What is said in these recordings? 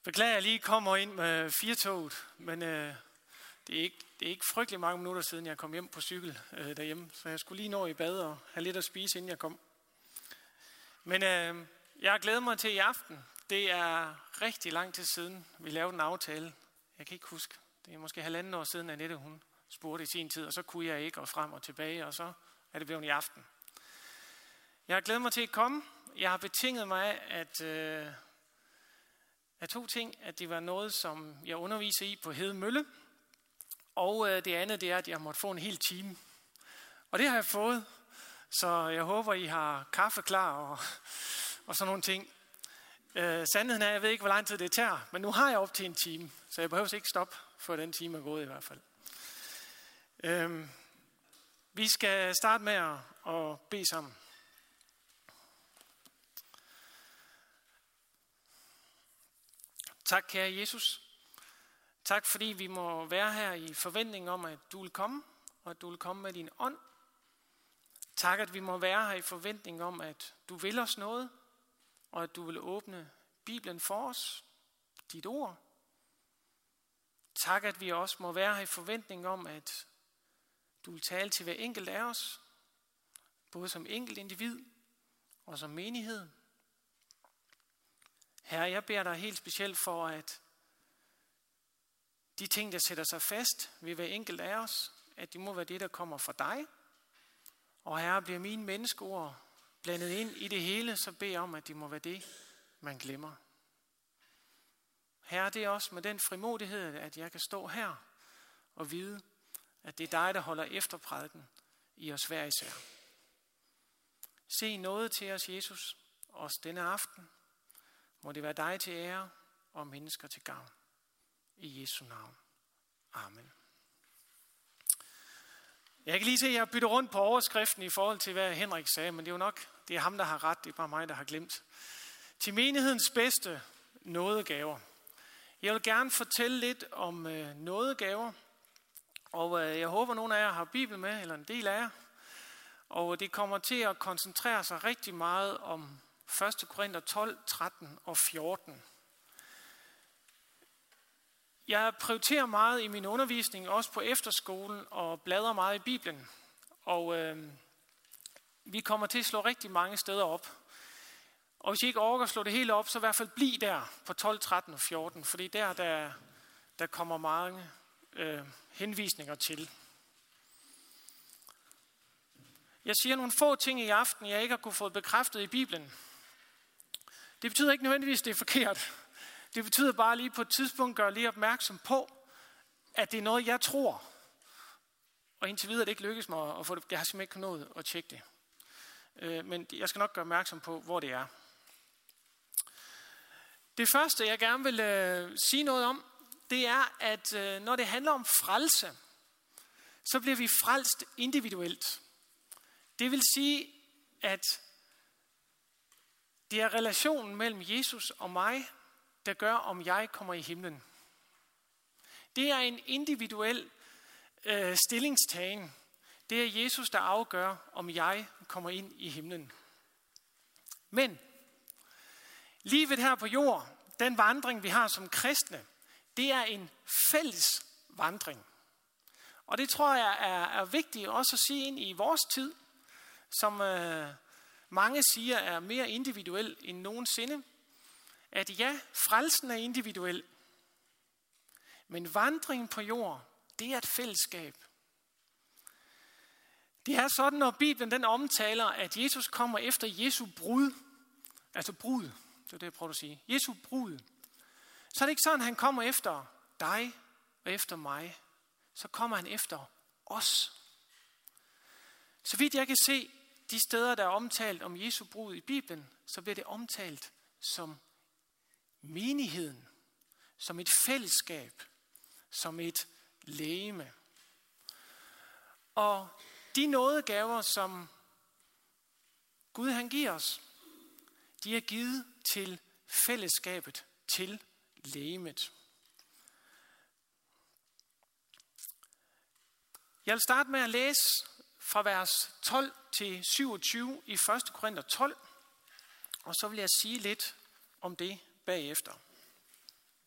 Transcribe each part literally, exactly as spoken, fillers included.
Beklager, at jeg lige kommer ind med firetoget, men øh, det, er ikke, det er ikke frygtelig mange minutter siden, jeg kom hjem på cykel øh, derhjemme, så jeg skulle lige nå i bad og have lidt at spise, inden jeg kom. Men øh, jeg har glædet mig til i aften. Det er rigtig lang tid siden, vi lavede en aftale. Jeg kan ikke huske. Det er måske halvanden år siden, Annette hun spurgte i sin tid, og så kunne jeg ikke, og frem og tilbage, og så er det blevet i aften. Jeg har glædet mig til at komme. Jeg har betinget mig af, at... Øh, af to ting, at det var noget, som jeg underviser i på Hede Mølle, og øh, det andet, det er, at jeg måtte få en hel time. Og det har jeg fået, så jeg håber, I har kaffe klar og, og sådan nogle ting. Øh, sandheden er, jeg ved ikke, hvor lang tid det tager, men nu har jeg op til en time, så jeg behøver ikke stoppe, for den time er gået i hvert fald. Øh, vi skal starte med at, at bede sammen. Tak, kære Jesus. Tak, fordi vi må være her i forventning om, at du vil komme, og at du vil komme med din ånd. Tak, at vi må være her i forventning om, at du vil os noget, og at du vil åbne Bibelen for os, dit ord. Tak, at vi også må være her i forventning om, at du vil tale til hver enkelt af os, både som enkelt individ og som menighed. Herre, jeg beder dig helt specielt for, at de ting, der sætter sig fast ved hver enkelt af os, at det må være det, der kommer fra dig. Og Herre, bliver mine menneskeord blandet ind i det hele, så beder jeg om, at det må være det, man glemmer. Herre, det er også med den frimodighed, at jeg kan stå her og vide, at det er dig, der holder efterprædiken i os hver især. Se noget til os, Jesus, også denne aften. Må det være dig til ære og mennesker til gavn. I Jesu navn. Amen. Jeg kan lige se, at jeg bytter rundt på overskriften i forhold til, hvad Henrik sagde, men det er jo nok, det er ham, der har ret, det er bare mig, der har glemt. Til menighedens bedste nådegaver. Jeg vil gerne fortælle lidt om øh, nådegaver, og øh, jeg håber, at nogle af jer har Bibel med, eller en del af jer. Og det kommer til at koncentrere sig rigtig meget om første Korinther tolv, tretten og fjorten. Jeg prioriterer meget i min undervisning, også på efterskolen, og bladrer meget i Bibelen. Og øh, vi kommer til at slå rigtig mange steder op. Og hvis I ikke orker at slå det hele op, så i hvert fald bliv der på tolv, tretten og fjorten, fordi der, der, der kommer mange øh, henvisninger til. Jeg siger nogle få ting i aften, jeg ikke har kunne få bekræftet i Bibelen. Det betyder ikke nødvendigvis, at det er forkert. Det betyder bare lige på et tidspunkt gøre lige opmærksom på, at det er noget, jeg tror. Og indtil videre, det ikke lykkes mig at få det. Jeg har simpelthen ikke nået at tjekke det. Men jeg skal nok gøre opmærksom på, hvor det er. Det første, jeg gerne vil øh, sige noget om, det er, at øh, når det handler om frelse, så bliver vi frelst individuelt. Det vil sige, at det er relationen mellem Jesus og mig, der gør, om jeg kommer i himlen. Det er en individuel øh, stillingstagen. Det er Jesus, der afgør, om jeg kommer ind i himlen. Men livet her på jord, den vandring, vi har som kristne, det er en fælles vandring. Og det tror jeg er, er vigtigt også at sige ind i vores tid, som øh, mange siger er mere individuel end nogensinde, at ja, frelsen er individuel, men vandringen på jord, det er et fællesskab. Det er sådan, når Bibelen den omtaler, at Jesus kommer efter Jesu brud, altså brud, det er det, jeg prøver at sige, Jesu brud, så er det ikke sådan, at han kommer efter dig og efter mig, så kommer han efter os. Så vidt jeg kan se, de steder, der er omtalt om Jesu brud i Bibelen, så bliver det omtalt som menigheden, som et fællesskab, som et legeme. Og de nådegaver, som Gud han giver os, de er givet til fællesskabet, til legemet. Jeg vil starte med at læse fra vers tolv til syvogtyve i første Korinther tolv, og så vil jeg sige lidt om det bagefter.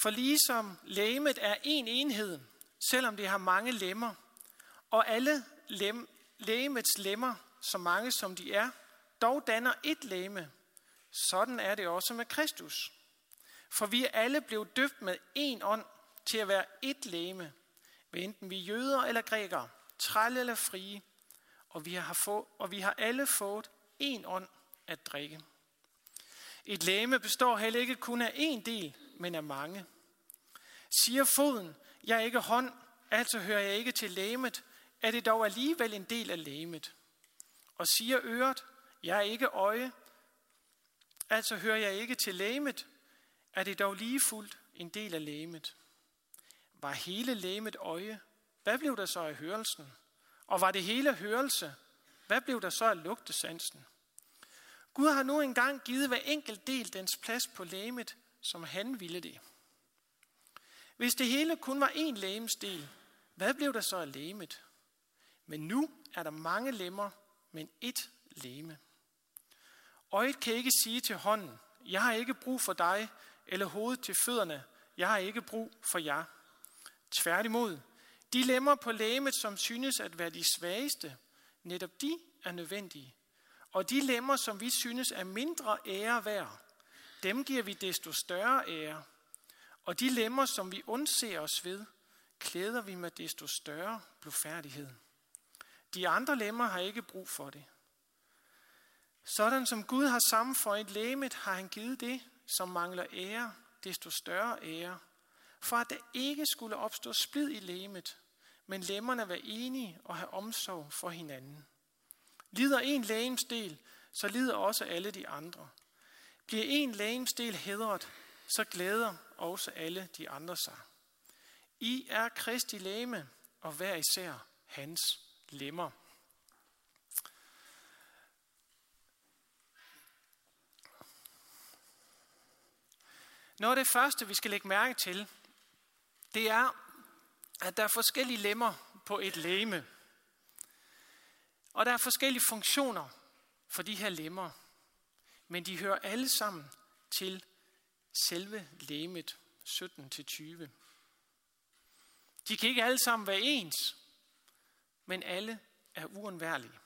For ligesom legemet er en enhed, selvom det har mange lemmer, og alle lem, legemets lemmer, så mange som de er, dog danner et legeme, sådan er det også med Kristus. For vi er alle blevet døbt med én ånd til at være et legeme, hvad enten vi er jøder eller grækere, trælle eller frie, og vi har, få, og vi har alle fået én ånd at drikke. Et legeme består heller ikke kun af én del, men af mange. Siger foden, jeg er ikke hånd, altså hører jeg ikke til legemet, er det dog alligevel en del af legemet. Og siger øret, jeg er ikke øje, altså hører jeg ikke til legemet, er det dog lige fuldt en del af legemet. Var hele legemet øje, hvad blev der så af hørelsen? Og var det hele hørelse, hvad blev der så af lugtesansen? Gud har nu engang givet hver enkelt del dens plads på legemet, som han ville det. Hvis det hele kun var én legemsdel, hvad blev der så af legemet? Men nu er der mange lemmer, men ét legeme. Øjet kan ikke sige til hånden, jeg har ikke brug for dig, eller hovedet til fødderne, jeg har ikke brug for jer. Tværtimod, de lemmer på legemet, som synes at være de svageste, netop de er nødvendige. Og de lemmer, som vi synes er mindre ære værd, dem giver vi desto større ære. Og de lemmer, som vi undser os ved, klæder vi med desto større blufærdighed. De andre lemmer har ikke brug for det. Sådan som Gud har sammenføjet legemet, har han givet det, som mangler ære, desto større ære, for at der ikke skulle opstå splid i legemet, men lemmerne var enige og have omsorg for hinanden. Lider en legemsdel, så lider også alle de andre. Bliver en legemsdel hædret, så glæder også alle de andre sig. I er Kristi legeme, og hver især hans lemmer. Noget af det første, vi skal lægge mærke til, det er, at der er forskellige lemmer på et legeme. Og der er forskellige funktioner for de her lemmer, men de hører alle sammen til selve legemet sytten til tyve. De kan ikke alle sammen være ens, men alle er uundværlige.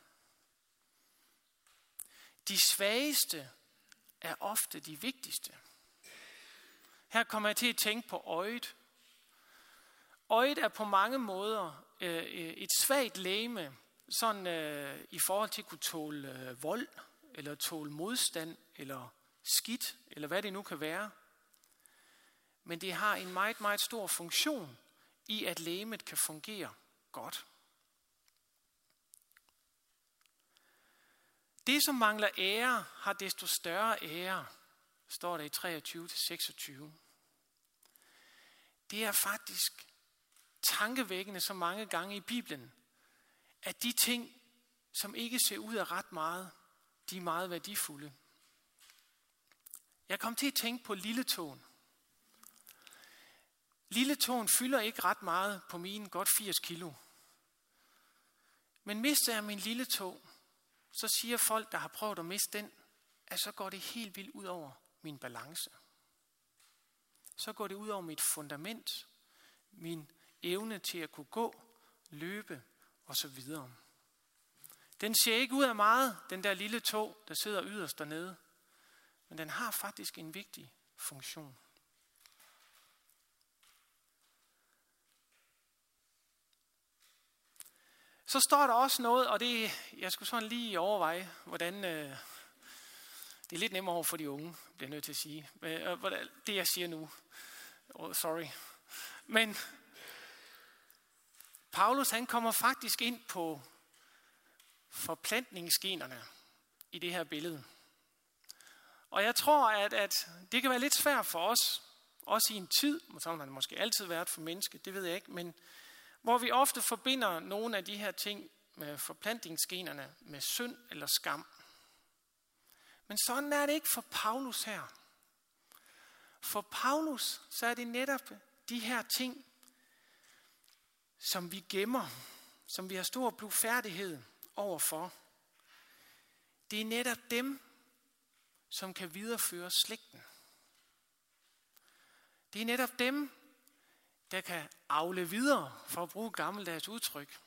De svageste er ofte de vigtigste. Her kommer jeg til at tænke på øjet. Øjet er på mange måder øh, et svagt legeme, sådan øh, i forhold til at kunne tåle øh, vold, eller tåle modstand, eller skidt, eller hvad det nu kan være. Men det har en meget, meget stor funktion i, at legemet kan fungere godt. Det, som mangler ære, har desto større ære, står der i treogtyve til seksogtyve. Det er faktisk tankevækkende så mange gange i Bibelen, at de ting, som ikke ser ud af ret meget, de er meget værdifulde. Jeg kom til at tænke på lilletåen. Lilletåen fylder ikke ret meget på mine godt firs kilo. Men mister jeg min lilletå, så siger folk, der har prøvet at miste den, at så går det helt vildt ud over min balance. Så går det ud over mit fundament, min evne til at kunne gå, løbe og så videre. Den ser ikke ud af meget, den der lille tå, der sidder yderst dernede, men den har faktisk en vigtig funktion. Så står der også noget, og det, jeg skulle sådan lige overveje, hvordan, øh, det er lidt nemmere over for de unge, bliver jeg nødt til at sige, øh, det jeg siger nu, oh, sorry, men Paulus han kommer faktisk ind på forplantningsgenerne i det her billede. Og jeg tror, at, at det kan være lidt svært for os, også i en tid, sådan har det måske altid været for mennesket, det ved jeg ikke, men hvor vi ofte forbinder nogle af de her ting med forplantningsgenerne med synd eller skam. Men sådan er det ikke for Paulus her. For Paulus, så er det netop de her ting, som vi gemmer, som vi har stor blufærdighed overfor. Det er netop dem, som kan videreføre slægten. Det er netop dem, der kan avle videre, for at bruge gammeldags udtryk.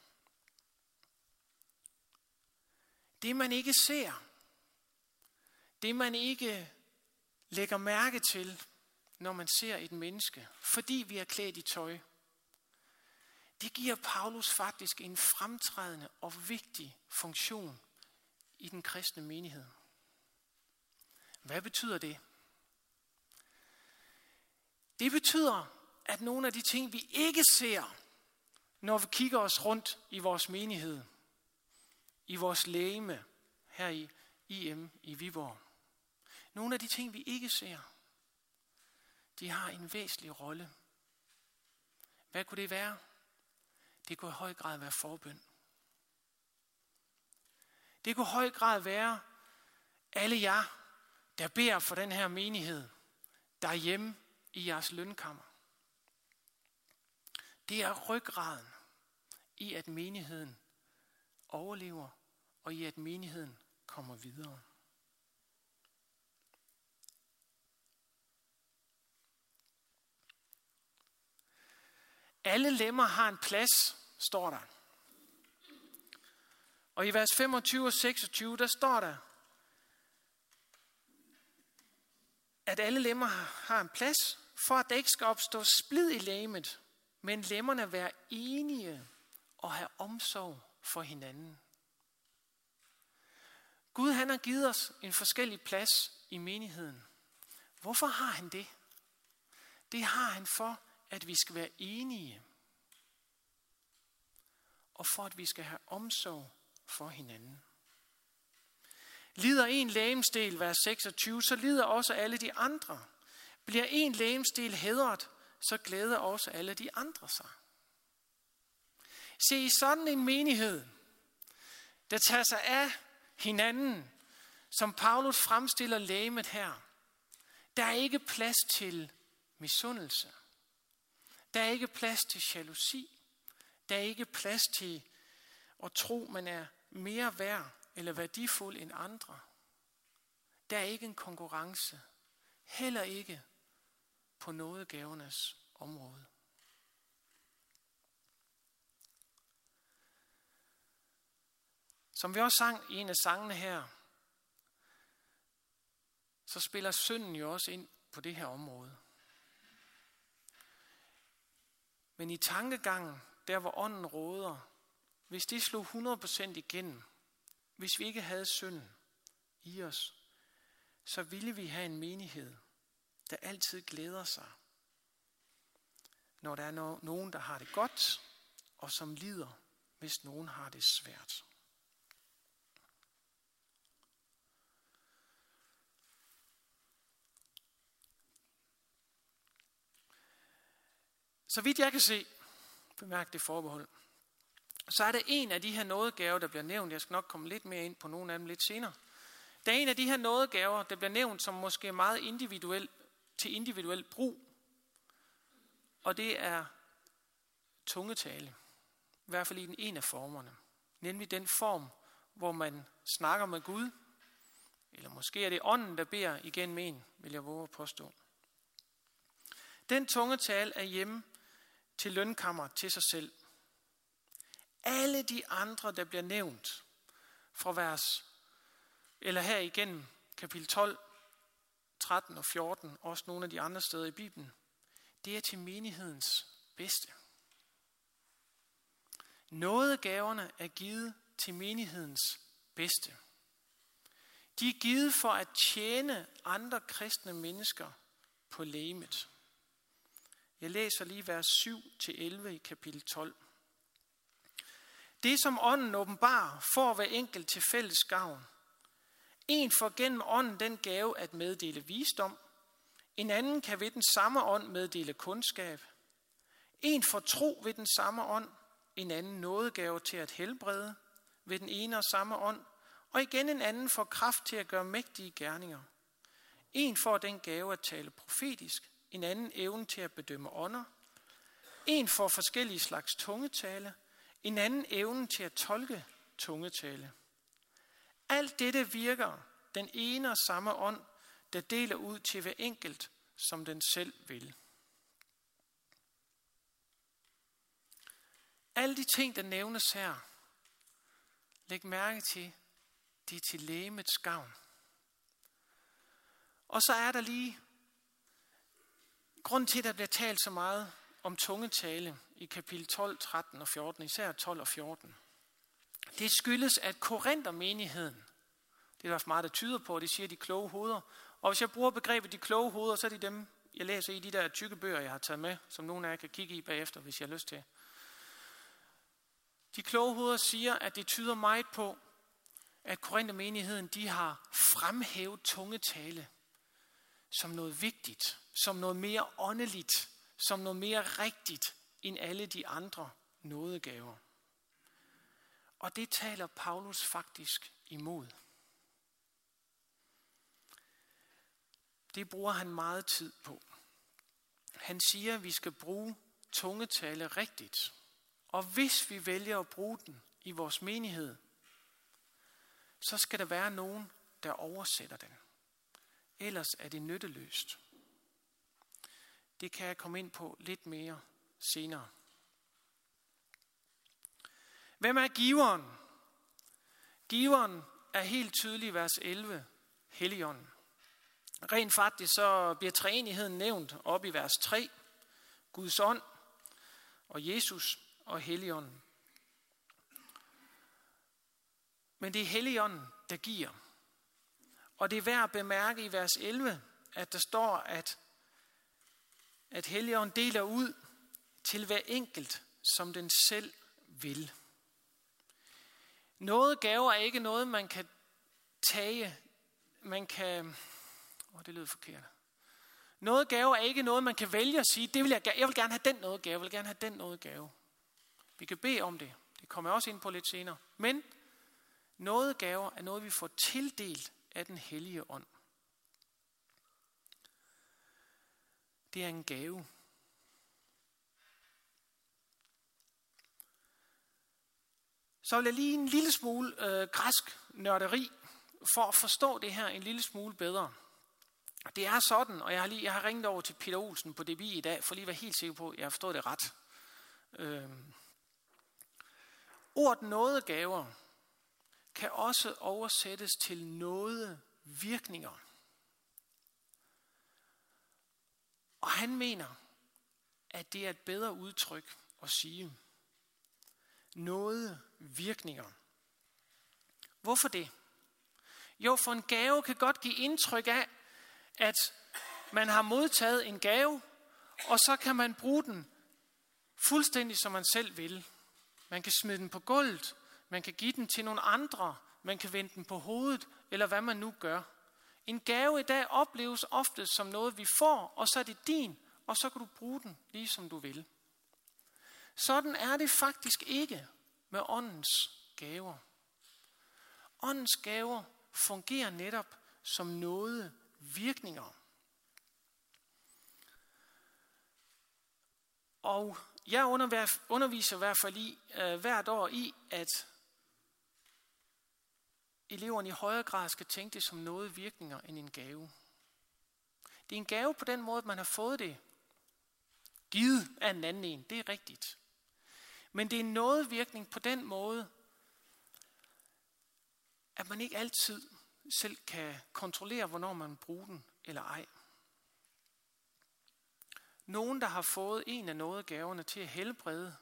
Det man ikke ser, det man ikke lægger mærke til, når man ser et menneske, fordi vi er klædt i tøj, det giver Paulus faktisk en fremtrædende og vigtig funktion i den kristne menighed. Hvad betyder det? Det betyder, at nogle af de ting, vi ikke ser, når vi kigger os rundt i vores menighed, i vores legeme her i I M i Viborg, nogle af de ting, vi ikke ser, de har en væsentlig rolle. Hvad kunne det være? Det kunne i høj grad være forbøn. Det kunne i høj grad være alle jer, der beder for den her menighed, derhjemme i jeres lønkammer. Det er ryggraden i, at menigheden overlever, og i, at menigheden kommer videre. Alle lemmer har en plads, står der. Og i vers femogtyve og seksogtyve, der står der, at alle lemmer har en plads, for at der ikke skal opstå splid i legemet, men lemmerne være enige og have omsorg for hinanden. Gud, han har givet os en forskellig plads i menigheden. Hvorfor har han det? Det har han for, at vi skal være enige, og for at vi skal have omsorg for hinanden. Lider en legemsdel, vers seksogtyve, så lider også alle de andre. Bliver en legemsdel hædret, så glæder også alle de andre sig. Se, i sådan en menighed, der tager sig af hinanden, som Paulus fremstiller legemet her, der er ikke plads til misundelse. Der er ikke plads til jalousi. Der er ikke plads til at tro, man er mere værd eller værdifuld end andre. Der er ikke en konkurrence. Heller ikke på nådegavernes område. Som vi også sang i en af sangene her, så spiller synden jo også ind på det her område. Men i tankegangen, der hvor ånden råder, hvis det slog hundrede procent igennem, hvis vi ikke havde synden i os, så ville vi have en menighed, der altid glæder sig, når der er nogen, der har det godt, og som lider, hvis nogen har det svært. Så vidt jeg kan se, bemærk det forbehold, så er der en af de her nådegaver, der bliver nævnt. Jeg skal nok komme lidt mere ind på nogle af dem lidt senere. Der er en af de her nådegaver, der bliver nævnt som måske meget individuel, til individuel brug. Og det er tungetale. I hvert fald i den ene af formerne. Nemlig den form, hvor man snakker med Gud. Eller måske er det ånden, der beder igen med en, vil jeg våge at påstå. Den tungetale er hjemme til lønkammer til sig selv. Alle de andre, der bliver nævnt fra vers, eller her igennem kapitel tolv, tretten og fjorten, også nogle af de andre steder i Bibelen, det er til menighedens bedste. Nådegaverne er givet til menighedens bedste. De er givet for at tjene andre kristne mennesker på legemet. Jeg læser lige vers syv til elleve i kapitel tolv. Det som ånden åbenbarer, får hver enkelt til fælles gavn. En får gennem ånden den gave at meddele visdom. En anden kan ved den samme ånd meddele kundskab. En får tro ved den samme ånd. En anden nådegave til at helbrede ved den ene og samme ånd. Og igen en anden får kraft til at gøre mægtige gerninger. En får den gave at tale profetisk. En anden evne til at bedømme ånder. En får forskellige slags tungetale. En anden evne til at tolke tungetale. Alt dette virker den ene og samme ånd, der deler ud til hver enkelt, som den selv vil. Alle de ting, der nævnes her, læg mærke til, det er til legemets gavn. Og så er der lige grunden til, at der bliver talt så meget om tungetale i kapitel tolv, tretten og fjorten, især tolv og fjorten. Det skyldes, at Korinther-menigheden, det er der meget, der tyder på, det siger de kloge hoveder. Og hvis jeg bruger begrebet de kloge hoveder, så er det dem, jeg læser i de der tykke bøger, jeg har taget med, som nogle af jer kan kigge i bagefter, hvis jeg har lyst til. De kloge hoveder siger, at det tyder meget på, at Korinther-menigheden, de har fremhævet tungetale som noget vigtigt, som noget mere åndeligt, som noget mere rigtigt end alle de andre nådegaver. Og det taler Paulus faktisk imod. Det bruger han meget tid på. Han siger, at vi skal bruge tungetale rigtigt. Og hvis vi vælger at bruge den i vores menighed, så skal der være nogen, der oversætter den. Ellers er det nytteløst. Det kan jeg komme ind på lidt mere senere. Hvem er giveren? Giveren er helt tydelig i vers elleve, Helligånden. Rent faktisk så bliver treenigheden nævnt op i vers tre. Guds ånd og Jesus og Helligånden. Men det er Helligånden, der giver. Og det er værd at bemærke i vers elleve, at der står, at, at Helligånden deler ud til hver enkelt, som den selv vil. Nådegaver er ikke noget, man kan tage, man kan... Åh, det lyder forkert. Nådegaver er ikke noget, man kan vælge at sige, det vil jeg, jeg vil gerne have den nådegave, jeg vil gerne have den nådegave. Vi kan bede om det. Det kommer jeg også ind på lidt senere. Men nådegaver er noget, vi får tildelt af den hellige ånd. Det er en gave. Så vil jeg lige en lille smule øh, græsk nørderi for at forstå det her en lille smule bedre. Det er sådan, og jeg har, lige, jeg har ringet over til Peter Olsen på D B I i dag, for lige at være helt sikker på, at jeg har forstået det ret. Øh, ordet nådegaver kan også oversættes til nådevirkninger. Og han mener, at det er et bedre udtryk at sige nådevirkninger. Hvorfor det? Jo, for en gave kan godt give indtryk af, at man har modtaget en gave, og så kan man bruge den fuldstændig som man selv vil. Man kan smide den på gulvet, man kan give den til nogle andre, man kan vende den på hovedet, eller hvad man nu gør. En gave i dag opleves ofte som noget, vi får, og så er det din, og så kan du bruge den lige som du vil. Sådan er det faktisk ikke med åndens gaver. Åndens gaver fungerer netop som nådevirkninger. Og jeg underviser i hvert fald i, uh, hvert år i, at eleverne i højere grad skal tænke det som nådevirkninger end en gave. Det er en gave på den måde, at man har fået det givet af en anden en. Det er rigtigt. Men det er en nådevirkning på den måde, at man ikke altid selv kan kontrollere, hvornår man bruger den eller ej. Nogen, der har fået en af nådegaverne til at helbrede.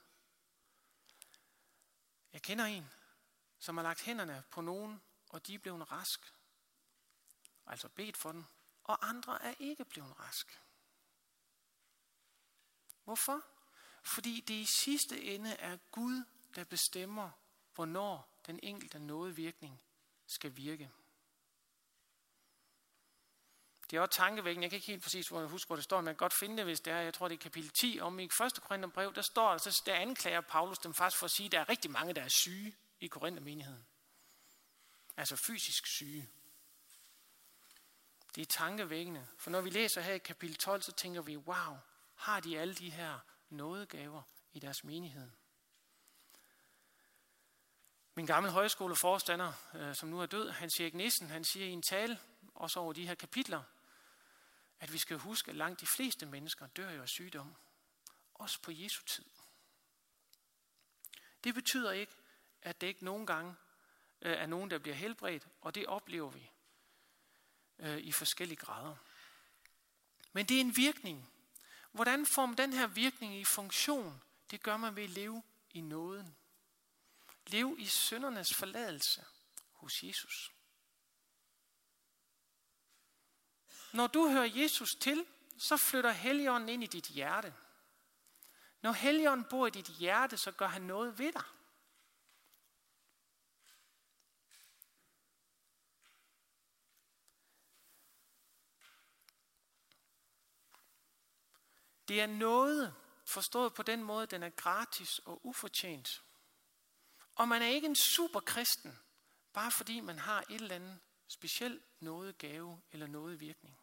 Jeg kender en, som har lagt hænderne på nogen, og de er blevet rask. Altså bedt for den. Og andre er ikke blevet rask. Hvorfor? Fordi det i sidste ende er Gud, der bestemmer, hvornår den enkelte nådevirkning skal virke. Det er også tankevækkende. Jeg kan ikke helt præcis hvor jeg husker, hvor det står, men jeg kan godt finde det, hvis det er. Jeg tror, det er kapitel ti om i første Korintherbrev. Der står, så der anklager Paulus dem faktisk for at sige, at der er rigtig mange, der er syge i Korinthermenigheden. Altså fysisk syge. Det er tankevækkende. For når vi læser her i kapitel tolv, så tænker vi, wow, har de alle de her nådegaver i deres menighed? Min gamle højskoleforstander, øh, som nu er død, Hans Erik Nissen, han siger i en tale, også over de her kapitler, at vi skal huske, at langt de fleste mennesker dør jo af sygdom. Også på Jesu tid. Det betyder ikke, at det ikke nogen gange øh, er nogen, der bliver helbredt, og det oplever vi øh, i forskellige grader. Men det er en virkning. Hvordan får man den her virkning i funktion? Det gør man ved at leve i nåden. Lev i syndernes forladelse hos Jesus. Når du hører Jesus til, så flytter Helligånden ind i dit hjerte. Når Helligånden bor i dit hjerte, så gør han noget ved dig. Det er noget, forstået på den måde, den er gratis og ufortjent. Og man er ikke en superkristen, bare fordi man har et eller andet specielt noget gave eller noget virkning.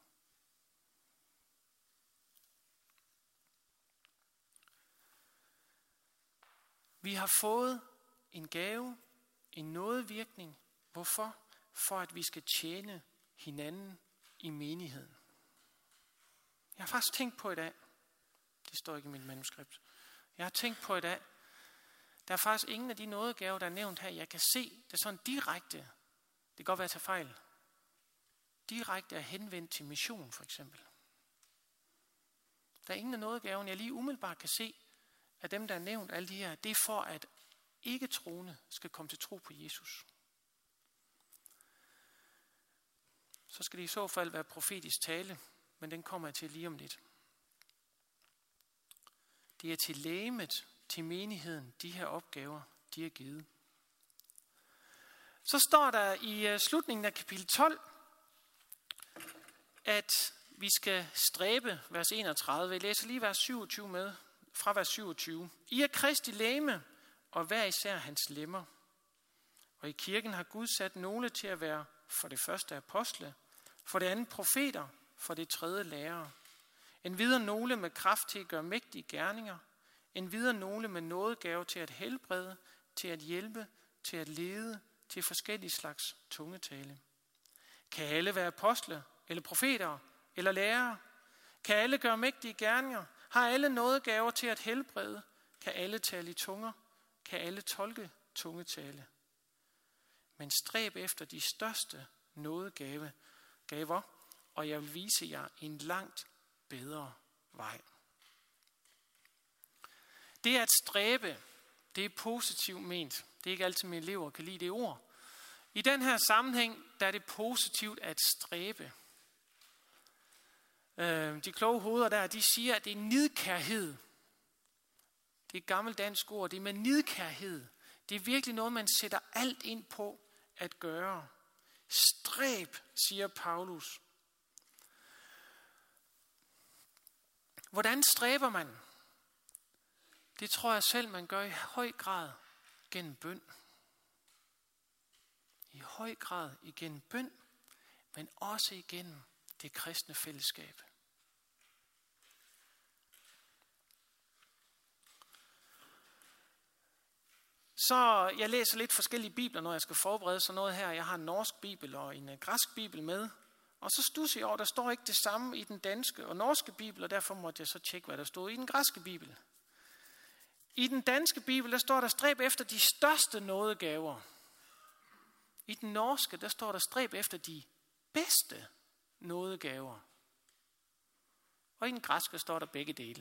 Vi har fået en gave, en nådevirkning. Hvorfor? For at vi skal tjene hinanden i menigheden. Jeg har faktisk tænkt på i dag, det står ikke i mit manuskript, jeg har tænkt på i dag, der er faktisk ingen af de nådegaver, der er nævnt her, jeg kan se, det er sådan direkte, det kan godt være at tage fejl, direkte er henvendt til mission for eksempel. Der er ingen af nådegaven, jeg lige umiddelbart kan se, af dem, der er nævnt, alle de her, det er for, at ikke-troende skal komme til tro på Jesus. Så skal det i så fald være profetisk tale, men den kommer jeg til lige om lidt. Det er til lægemet, til menigheden, de her opgaver, de er givet. Så står der i slutningen af kapitel tolv, at vi skal stræbe, vers enogtredive. Jeg læser lige vers syvogtyve med, fra vers syvogtyve. I er Kristi legeme, og hver især hans lemmer. Og i kirken har Gud sat nogle til at være for det første apostle, for det andet profeter, for det tredje lærere. En videre nogle med kraft til at gøre mægtige gerninger, en videre nogle med nådegave til at helbrede, til at hjælpe, til at lede, til forskellige slags tungetale. Kan alle være apostle, eller profeter, eller lærere? Kan alle gøre mægtige gerninger? Har alle nådegaver til at helbrede? Kan alle tale i tunger? Kan alle tolke tungetale? Men stræb efter de største nådegave, gaver, og jeg vil vise jer en langt bedre vej. Det at stræbe, det er positivt ment. Det er ikke altid, mine elever kan lide det ord. I den her sammenhæng, der er det positivt at stræbe. De kloge hoveder der, de siger, at det er nidkærhed. Det er et gammelt dansk ord, det er med nidkærhed. Det er virkelig noget, man sætter alt ind på at gøre. Stræb, siger Paulus. Hvordan stræber man? Det tror jeg selv, man gør i høj grad gennem bøn. I høj grad igennem bøn, men også igennem det kristne fællesskab. Så jeg læser lidt forskellige bibler, når jeg skal forberede sådan noget her. Jeg har en norsk bibel og en græsk bibel med. Og så stusser jeg over, der står ikke det samme i den danske og norske bibel, og derfor måtte jeg så tjekke, hvad der stod i den græske bibel. I den danske bibel, der står der stræb efter de største nådegaver. I den norske, der står der stræb efter de bedste nådegaver. Og i den græske står der begge dele.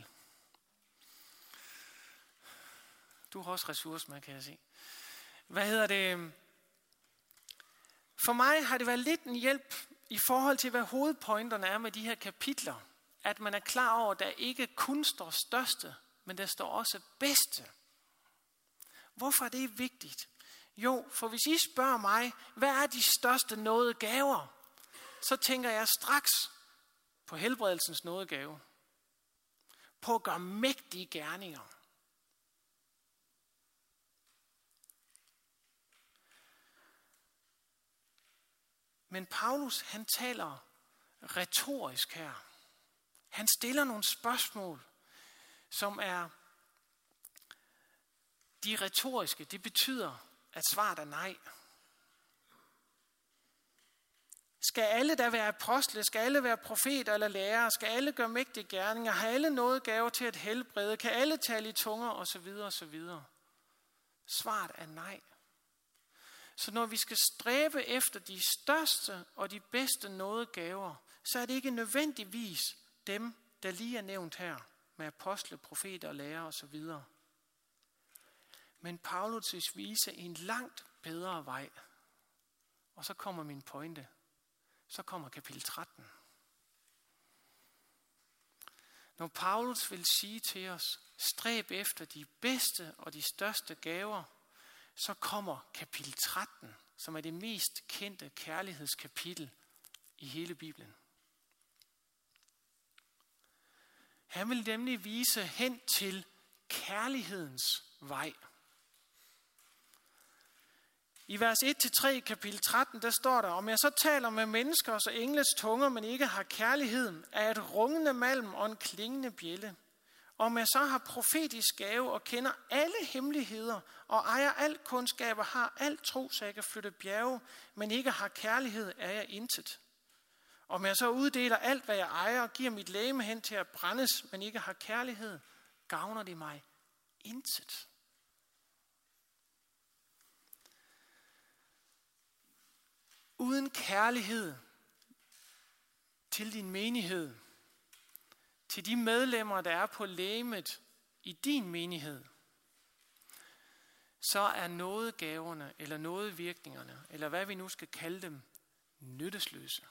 Du har også ressourcer med, kan jeg se. Hvad hedder det? For mig har det været lidt en hjælp i forhold til, hvad hovedpointerne er med de her kapitler. At man er klar over, at der ikke kun står største, men der står også bedste. Hvorfor er det vigtigt? Jo, for hvis I spørger mig, hvad er de største nådegaver? Så tænker jeg straks på helbredelsens nådegave. På at gøre mægtige gerninger. Men Paulus, han taler retorisk her. Han stiller nogle spørgsmål, som er de retoriske. Det betyder, at svaret er nej. Skal alle der være apostle? Skal alle være profeter eller lærere? Skal alle gøre mægtige gerninger? Har alle nådegaver til at helbrede? Kan alle tale i tunger? Og så videre, og så videre. Svaret er nej. Så når vi skal stræbe efter de største og de bedste nådegaver, så er det ikke nødvendigvis dem, der lige er nævnt her, med apostle, profeter, lærer osv. Men Paulus vil vise en langt bedre vej. Og så kommer min pointe. Så kommer kapitel tretten. Når Paulus vil sige til os, stræb efter de bedste og de største gaver, så kommer kapitel tretten, som er det mest kendte kærlighedskapitel i hele Bibelen. Han vil nemlig vise hen til kærlighedens vej. I vers et til tre i kapitel tretten, der står der, om jeg så taler med menneskers og engles tunger, men ikke har kærligheden, er et rungende malm og en klingende bjælde. Om jeg så har profetisk gave og kender alle hemmeligheder og ejer al kundskab og har alt tro, så jeg kan flytte bjerge, men ikke har kærlighed, er jeg intet. Om jeg så uddeler alt, hvad jeg ejer og giver mit legeme hen til at brændes, men ikke har kærlighed, gavner det mig intet. Uden kærlighed til din menighed, til de medlemmer, der er på legemet i din menighed, så er nådegaverne eller nådevirkningerne, eller hvad vi nu skal kalde dem, nyttesløse.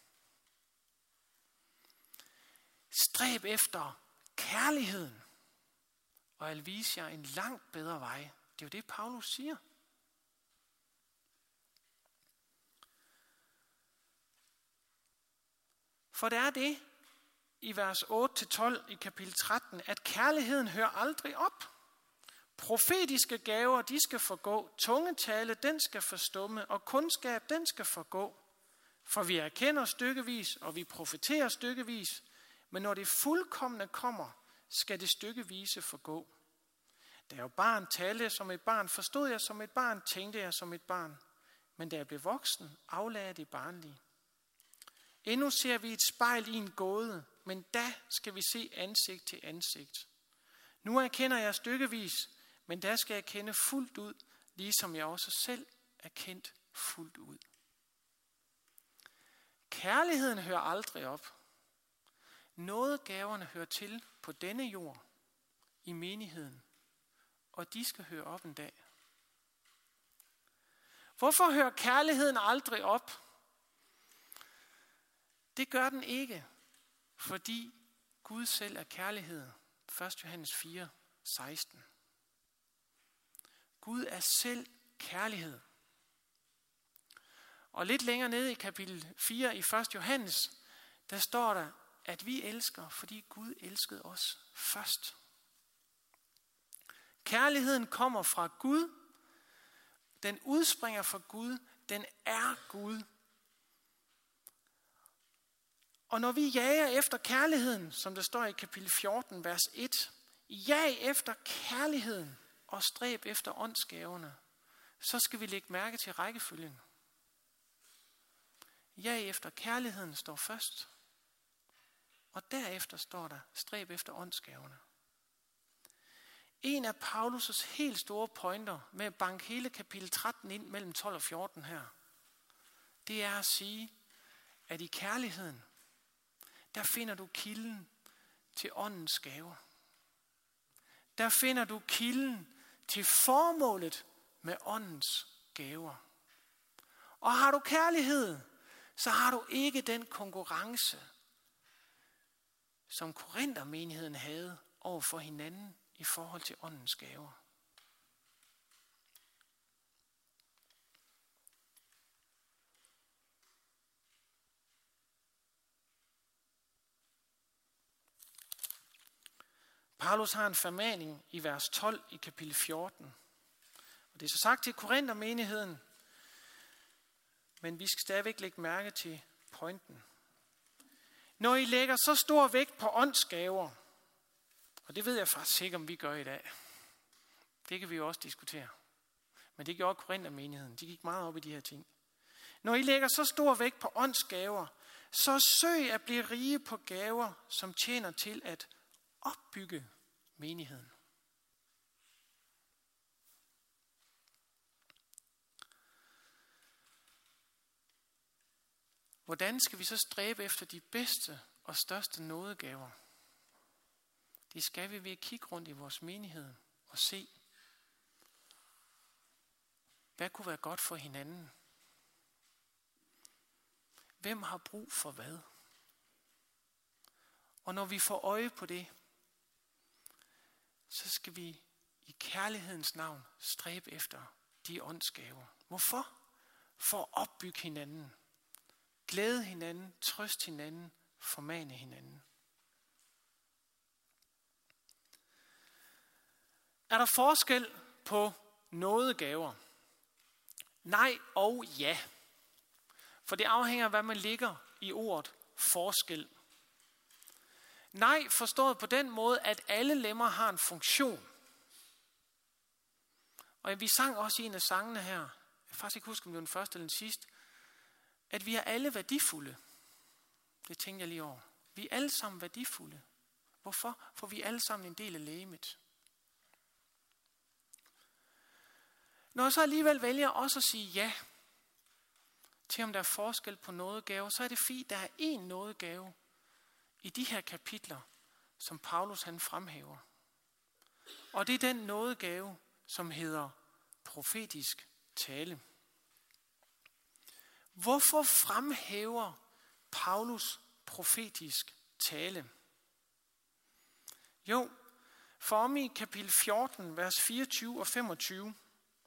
Stræb efter kærligheden, og jeg vil vise jer en langt bedre vej. Det er jo det, Paulus siger. For det er det, i vers otte til tolv i kapitel tretten, at kærligheden hører aldrig op. Profetiske gaver, de skal forgå. Tungetale, den skal forstumme. Og kundskab, den skal forgå. For vi erkender stykkevis, og vi profeterer stykkevis. Men når det fuldkomne kommer, skal det stykkevise forgå. Da jeg barn talte som et barn, forstod jeg som et barn, tænkte jeg som et barn. Men da jeg blev voksen, aflagde jeg det barnlige. Endnu ser vi et spejl i en gåde, men da skal vi se ansigt til ansigt. Nu erkender jeg stykkevis, men da skal jeg kende fuldt ud, ligesom jeg også selv er kendt fuldt ud. Kærligheden hører aldrig op. Nådegaverne hører til på denne jord, i menigheden, og de skal høre op en dag. Hvorfor hører kærligheden aldrig op? Det gør den ikke, fordi Gud selv er kærlighed. første Johannes fire, seksten. Gud er selv kærlighed. Og lidt længere nede i kapitel fire i første Johannes, der står der, at vi elsker, fordi Gud elskede os først. Kærligheden kommer fra Gud. Den udspringer fra Gud. Den er Gud. Og når vi jager efter kærligheden, som der står i kapitel fjorten, vers et, jag efter kærligheden og stræb efter åndsgaverne, så skal vi lægge mærke til rækkefølgen. Jag efter kærligheden står først, og derefter står der stræb efter åndsgaverne. En af Paulus' helt store pointer med at banke hele kapitel tretten ind mellem tolv og fjorten her, det er at sige, at i kærligheden, der finder du kilden til åndens gaver. Der finder du kilden til formålet med åndens gaver. Og har du kærlighed, så har du ikke den konkurrence, som Korinthermenigheden havde over for hinanden i forhold til åndens gaver. Paulus har en formaning i vers tolv i kapitel fjorten. Og det er så sagt til Korinthermenigheden, men vi skal stadigvæk lægge mærke til pointen. Når I lægger så stor vægt på åndsgaver, og det ved jeg faktisk ikke, om vi gør i dag. Det kan vi jo også diskutere. Men det gjorde Korinthermenigheden. De gik meget op i de her ting. Når I lægger så stor vægt på åndsgaver, så søg at blive rige på gaver, som tjener til at opbygge menigheden. Hvordan skal vi så stræbe efter de bedste og største nådegaver? Det skal vi ved at kigge rundt i vores menighed og se, hvad kunne være godt for hinanden? Hvem har brug for hvad? Og når vi får øje på det, så skal vi i kærlighedens navn stræbe efter de åndsgaver. Hvorfor? For at opbygge hinanden. Glæde hinanden, trøste hinanden, formane hinanden. Er der forskel på nådegaver? Nej og ja. For det afhænger af, hvad man ligger i ordet forskel. Nej, forstået på den måde, at alle lemmer har en funktion. Og vi sang også i en af sangene her, jeg kan faktisk ikke huske, om det var den første eller den sidste, at vi er alle værdifulde. Det tænker jeg lige over. Vi er alle sammen værdifulde. Hvorfor? For vi er alle sammen en del af legemet. Når jeg så alligevel vælger også at sige ja til, om der er forskel på nådegaver, så er det fint, der er én nådegave i de her kapitler, som Paulus han fremhæver. Og det er den nådegave, som hedder profetisk tale. Hvorfor fremhæver Paulus profetisk tale? Jo, for om i kapitel fjorten, vers fireogtyve og femogtyve,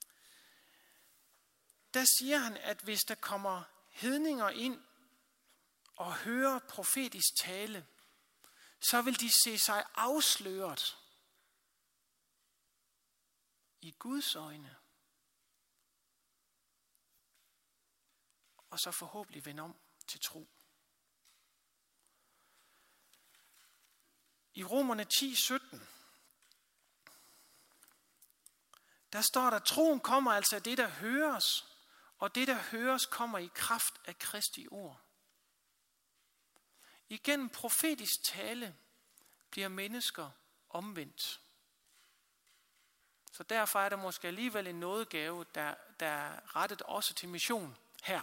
der siger han, at hvis der kommer hedninger ind og hører profetisk tale, så vil de se sig afsløret i Guds øjne. Og så forhåbentlig vende om til tro. I Romerne ti sytten, der står der, at troen kommer altså af det, der høres, og det, der høres, kommer i kraft af Kristi ord. Igennem profetisk tale bliver mennesker omvendt. Så derfor er der måske alligevel en nådegave, der, der er rettet også til mission her.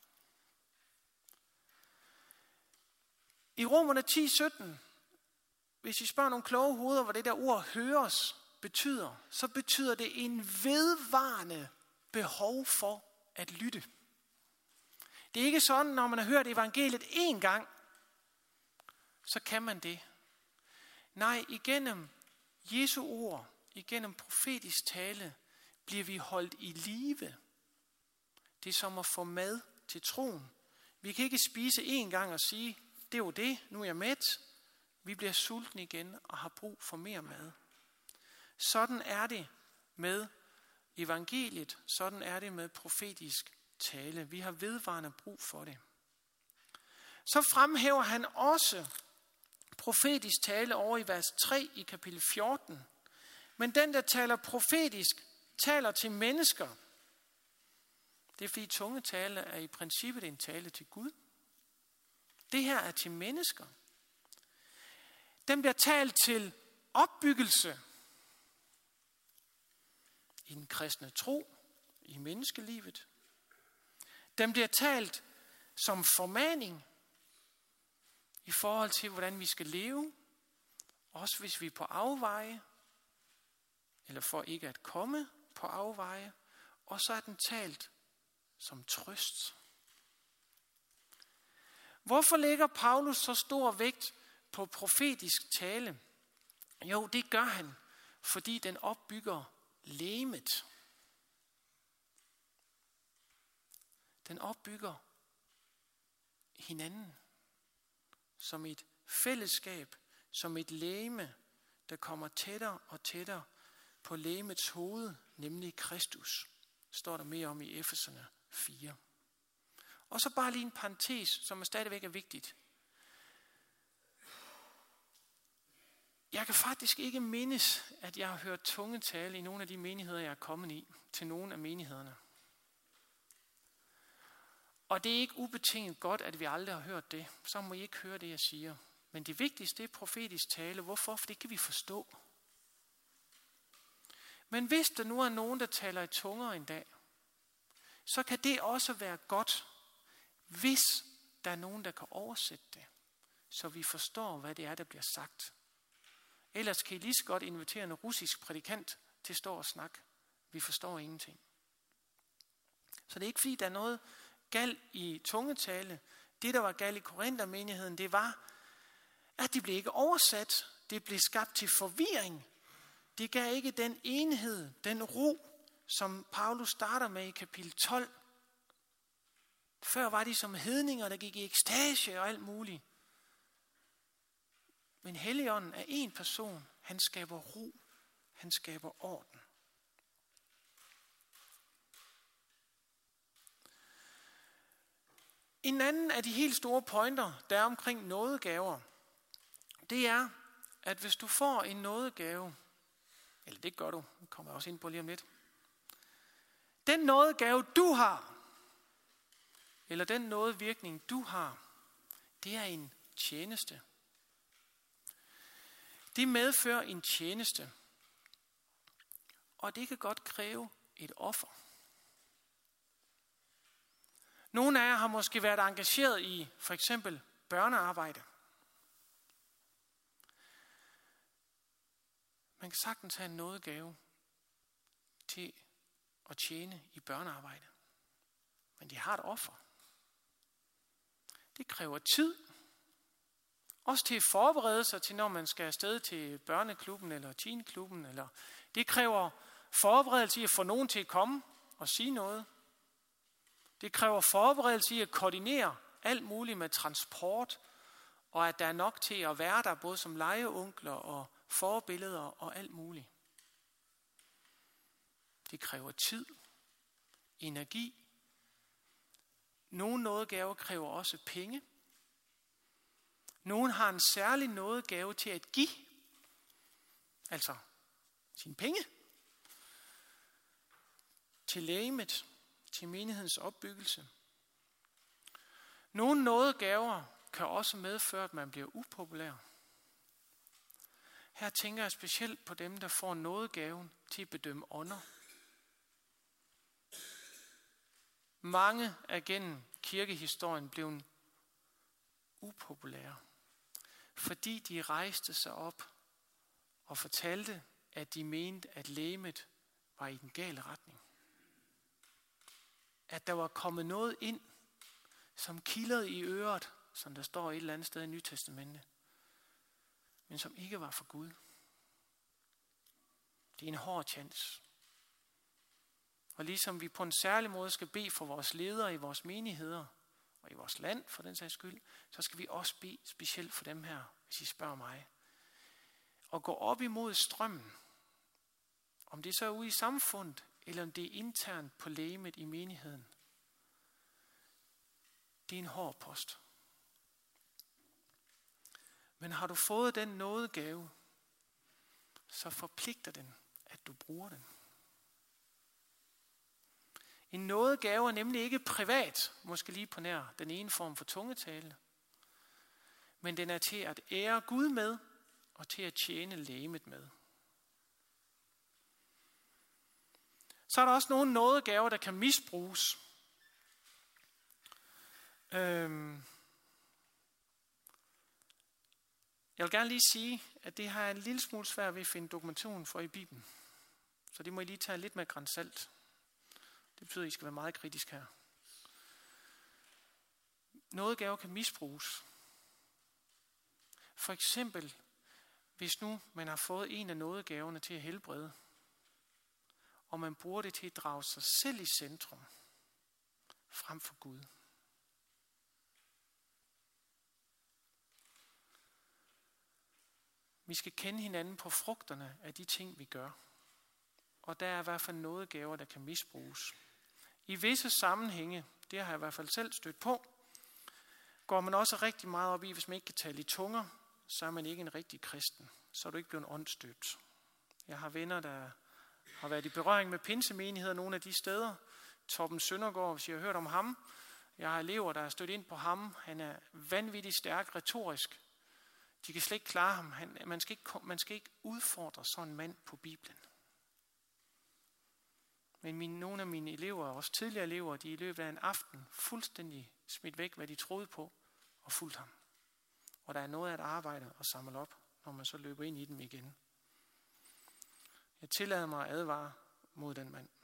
I Romerne ti sytten, hvis I spørger nogle kloge hoveder, hvad det der ord høres betyder, så betyder det en vedvarende behov for at lytte. Det er ikke sådan, når man har hørt evangeliet én gang, så kan man det. Nej, igennem Jesu ord, igennem profetisk tale, bliver vi holdt i live. Det er som at få mad til troen. Vi kan ikke spise én gang og sige, det er jo det, nu er jeg mæt. Vi bliver sultne igen og har brug for mere mad. Sådan er det med evangeliet, sådan er det med profetisk tale. Vi har vedvarende brug for det. Så fremhæver han også profetisk tale over i vers tre i kapitel fjorten. Men den, der taler profetisk, taler til mennesker. Det er fordi tungetale er i princippet en tale til Gud. Det her er til mennesker. Den bliver talt til opbyggelse i den kristne tro, i menneskelivet. Den bliver talt som formaning i forhold til, hvordan vi skal leve, også hvis vi er på afveje, eller for ikke at komme på afveje. Og så er den talt som trøst. Hvorfor lægger Paulus så stor vægt på profetisk tale? Jo, det gør han, fordi den opbygger legemet. Den opbygger hinanden som et fællesskab, som et legeme, der kommer tættere og tættere på legemets hoved, nemlig Kristus. Står der mere om i Efeserne fire. Og så bare lige en parentes, som er stadigvæk er vigtigt. Jeg kan faktisk ikke mindes, at jeg har hørt tungetale i nogle af de menigheder, jeg er kommet i, til nogle af menighederne. Og det er ikke ubetinget godt, at vi aldrig har hørt det. Så må I ikke høre det, jeg siger. Men det vigtigste er profetisk tale. Hvorfor? For det kan vi forstå. Men hvis der nu er nogen, der taler i tunger en dag, så kan det også være godt, hvis der er nogen, der kan oversætte det, så vi forstår, hvad det er, der bliver sagt. Ellers kan I lige så godt invitere en russisk prædikant til at stå og snakke. Vi forstår ingenting. Så det er ikke fordi, der er noget galt i tungetale. Det, der var galt i Korinthermenigheden, det var, at de blev ikke oversat. Det blev skabt til forvirring. Det gav ikke den enhed, den ro, som Paulus starter med i kapitel tolv. Før var de som hedninger, der gik i ekstase og alt muligt. Men Helligånden er en person. Han skaber ro. Han skaber orden. En anden af de helt store pointer, der er omkring nådegaver, det er, at hvis du får en nådegave, eller det gør du, det kommer jeg også ind på lige om lidt, den nådegave, du har, eller den nådevirkning, du har, det er en tjeneste. Det medfører en tjeneste, og det kan godt kræve et offer. Nogle af jer har måske været engageret i for eksempel børnearbejde. Man kan sagtens have en nådegave til at tjene i børnearbejde. Men de har et offer. Det kræver tid. Også til at forberede sig til, når man skal afsted til børneklubben eller teenklubben. Eller det kræver forberedelse i at få nogen til at komme og sige noget. Det kræver forberedelse i at koordinere alt muligt med transport, og at der er nok til at være der, både som legeonkler og forbilleder og alt muligt. Det kræver tid, energi. Nogle nådegaver kræver også penge. Nogle har en særlig nådegave til at give, altså sine penge, til legemet, til menighedens opbyggelse. Nogle nådegaver kan også medføre, at man bliver upopulær. Her tænker jeg specielt på dem, der får nådegaven til at bedømme ånder. Mange er gennem kirkehistorien blevet upopulære, fordi de rejste sig op og fortalte, at de mente, at legemet var i den gale retning. At der var kommet noget ind, som kildrede i øret, som der står et eller andet sted i Nye Testamente, men som ikke var for Gud. Det er en hård chance. Og ligesom vi på en særlig måde skal bede for vores ledere i vores menigheder, og i vores land for den sags skyld, så skal vi også bede specielt for dem her, hvis I spørger mig. Og gå op imod strømmen. Om det så er ude i samfundet, eller om det er internt på legemet i menigheden. Det er en hård post. Men har du fået den nådegave, så forpligter den, at du bruger den. En nådegave er nemlig ikke privat, måske lige på nær den ene form for tungetale, men den er til at ære Gud med, og til at tjene legemet med. Så er der også nogle nådegaver, der kan misbruges. Øhm Jeg vil gerne lige sige, at det har jeg en lille smule svært ved at finde dokumentation for i Bibelen. Så det må I lige tage lidt med gran salt. Det betyder, at I skal være meget kritisk her. Nådegaver kan misbruges. For eksempel, hvis nu man har fået en af nådegaverne til at helbrede, og man bruger det til at drage sig selv i centrum, frem for Gud. Vi skal kende hinanden på frugterne af de ting, vi gør. Og der er i hvert fald nådegaver, der kan misbruges. I visse sammenhænge, det har jeg i hvert fald selv stødt på, går man også rigtig meget op i, hvis man ikke kan tale i tunger, så er man ikke en rigtig kristen. Så er du ikke blevet åndsdøbt. Jeg har venner, der har været i berøring med pinsemenigheder nogle af de steder. Torben Søndergaard, hvis I har hørt om ham. Jeg har elever, der er stødt ind på ham. Han er vanvittigt stærk retorisk. De kan slet ikke klare ham. Han, man, skal ikke, man skal ikke udfordre sådan en mand på Bibelen. Men mine, nogle af mine elever, også tidligere elever, de i løbet af en aften fuldstændig smidt væk, hvad de troede på, og fulgt ham. Og der er noget at arbejde og samle op, når man så løber ind i dem igen. Jeg tillader mig at advare mod den mand.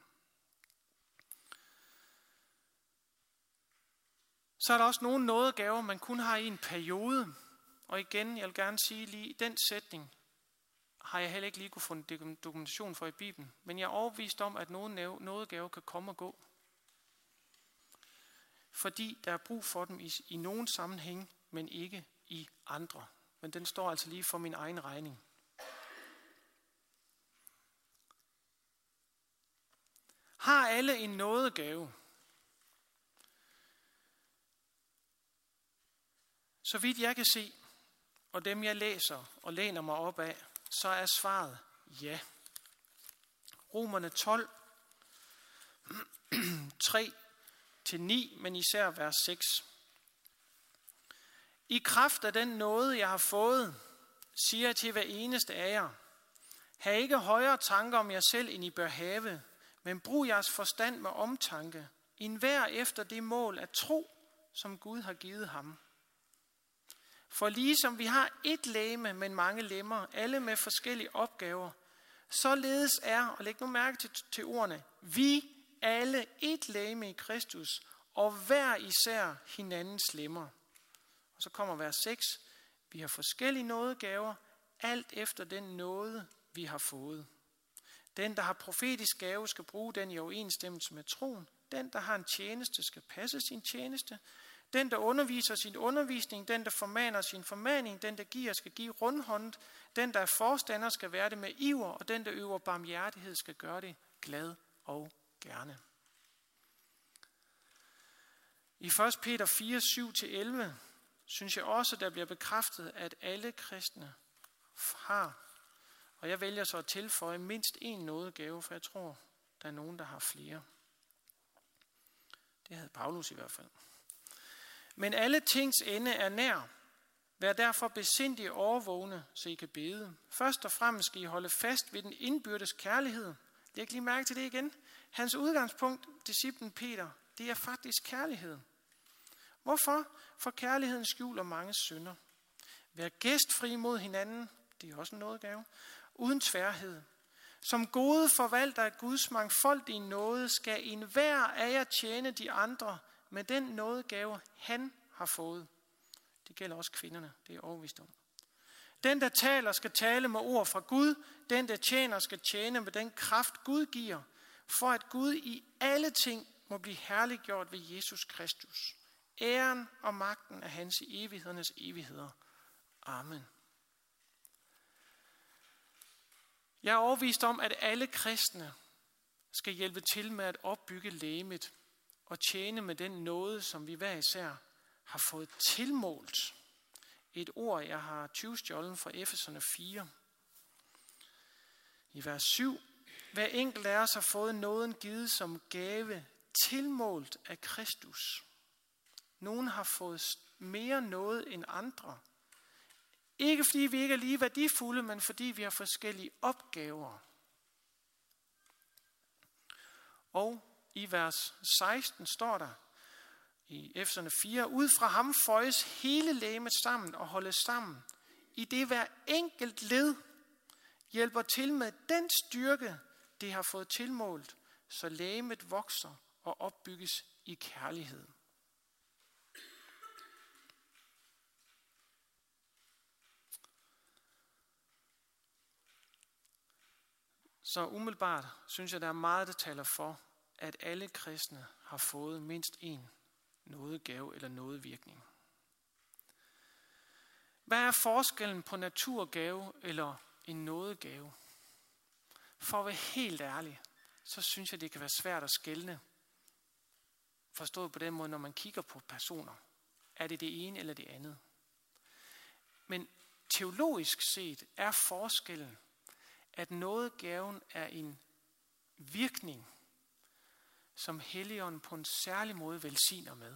Så er der også nogle nådegaver, man kun har i en periode. Og igen, jeg vil gerne sige lige, den sætning har jeg heller ikke lige kunne få en dokumentation for i Bibelen. Men jeg er overbevist om, at nogle nådegaver kan komme og gå. Fordi der er brug for dem i, i nogen sammenhæng, men ikke i andre. Men den står altså lige for min egen regning. Har alle en nådegave? Så vidt jeg kan se, og dem jeg læser og læner mig op af, så er svaret ja. Romerne tolv, tre til ni, men især vers seks. I kraft af den nåde, jeg har fået, siger jeg til hver eneste af jer, hav ikke højere tanker om jer selv, end I bør have, men brug jeres forstand med omtanke, enhver efter det mål at tro, som Gud har givet ham. For ligesom vi har et legeme, men mange lemmer, alle med forskellige opgaver, således er, og læg nu mærke til, til ordene, vi alle et legeme i Kristus, og hver især hinandens lemmer. Og så kommer vers seks. Vi har forskellige nådegaver, alt efter den nåde, vi har fået. Den, der har profetisk gave, skal bruge den i overensstemmelse med troen. Den, der har en tjeneste, skal passe sin tjeneste. Den, der underviser sin undervisning, den, der formaner sin formaning, den, der giver, skal give rundhåndet. Den, der er forstander, skal være det med iver, og den, der øver barmhjertighed, skal gøre det glad og gerne. I første Peter fire, syv til elleve synes jeg også, der bliver bekræftet, at alle kristne har, og jeg vælger så at tilføje mindst en nådegave, for jeg tror, der er nogen, der har flere. Det havde Paulus i hvert fald. Men alle tings ende er nær. Vær derfor besindige og overvågne, så I kan bede. Først og fremmest skal I holde fast ved den indbyrdes kærlighed. Læg lige mærke til det igen. Hans udgangspunkt, disciplen Peter, det er faktisk kærlighed. Hvorfor? For kærligheden skjuler mange synder. Vær gæstfri mod hinanden, det er også en nådegave, uden tværhed. Som gode forvalter af Guds mangfoldige nåde, skal enhver af jer tjene de andre med den nådegave, han har fået. Det gælder også kvinderne, det er overbevist om. Den, der taler, skal tale med ord fra Gud. Den, der tjener, skal tjene med den kraft, Gud giver, for at Gud i alle ting må blive herliggjort ved Jesus Kristus. Æren og magten er hans i evighedernes evigheder. Amen. Jeg er overbevist om, at alle kristne skal hjælpe til med at opbygge legemet og tjene med den nåde, som vi hver især har fået tilmålt. Et ord, jeg har tyvstjålet fra Efeserne fire. I vers syv. Hver enkelt af os har fået nåden givet som gave, tilmålt af Kristus. Nogen har fået mere noget end andre. Ikke fordi vi ikke er lige værdifulde, men fordi vi har forskellige opgaver. Og i vers seksten står der i Efeserne fire, ud fra ham føjes hele legemet sammen og holdes sammen, i det hver enkelt led hjælper til med den styrke, det har fået tilmålt, så legemet vokser og opbygges i kærlighed. Så umiddelbart synes jeg, der er meget, der taler for, at alle kristne har fået mindst en nådegave eller nådevirkning. Hvad er forskellen på naturgave eller en nådegave? For at være helt ærlig, så synes jeg, det kan være svært at skelne. Forstået på den måde, når man kigger på personer. Er det det ene eller det andet? Men teologisk set er forskellen, at nådegaven er en virkning, som Helligånden på en særlig måde velsigner med.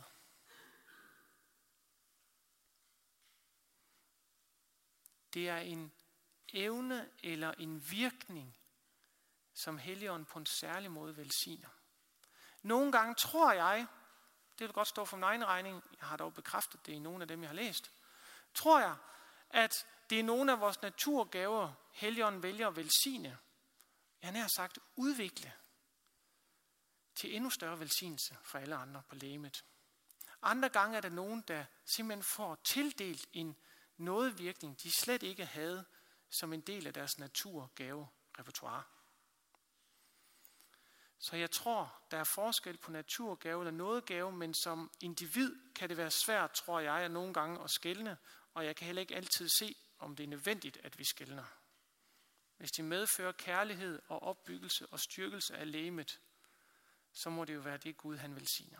Det er en evne eller en virkning, som Helligånden på en særlig måde velsigner. Nogle gange tror jeg, det vil godt stå for min egen regning, jeg har dog bekræftet det i nogle af dem, jeg har læst, tror jeg, at det er nogle af vores naturgaver, Helligånden vælger at velsigne, jeg nær sagt udvikle til endnu større velsignelse for alle andre på legemet. Andre gange er der nogen, der simpelthen får tildelt en nådevirkning, de slet ikke havde som en del af deres naturgave-repertoire. Så jeg tror, der er forskel på naturgave eller nådegave, men som individ kan det være svært, tror jeg, at nogle gange at skelne, og jeg kan heller ikke altid se, om det er nødvendigt, at vi skelner. Hvis de medfører kærlighed og opbyggelse og styrkelse af legemet, så må det jo være det Gud, han velsigner.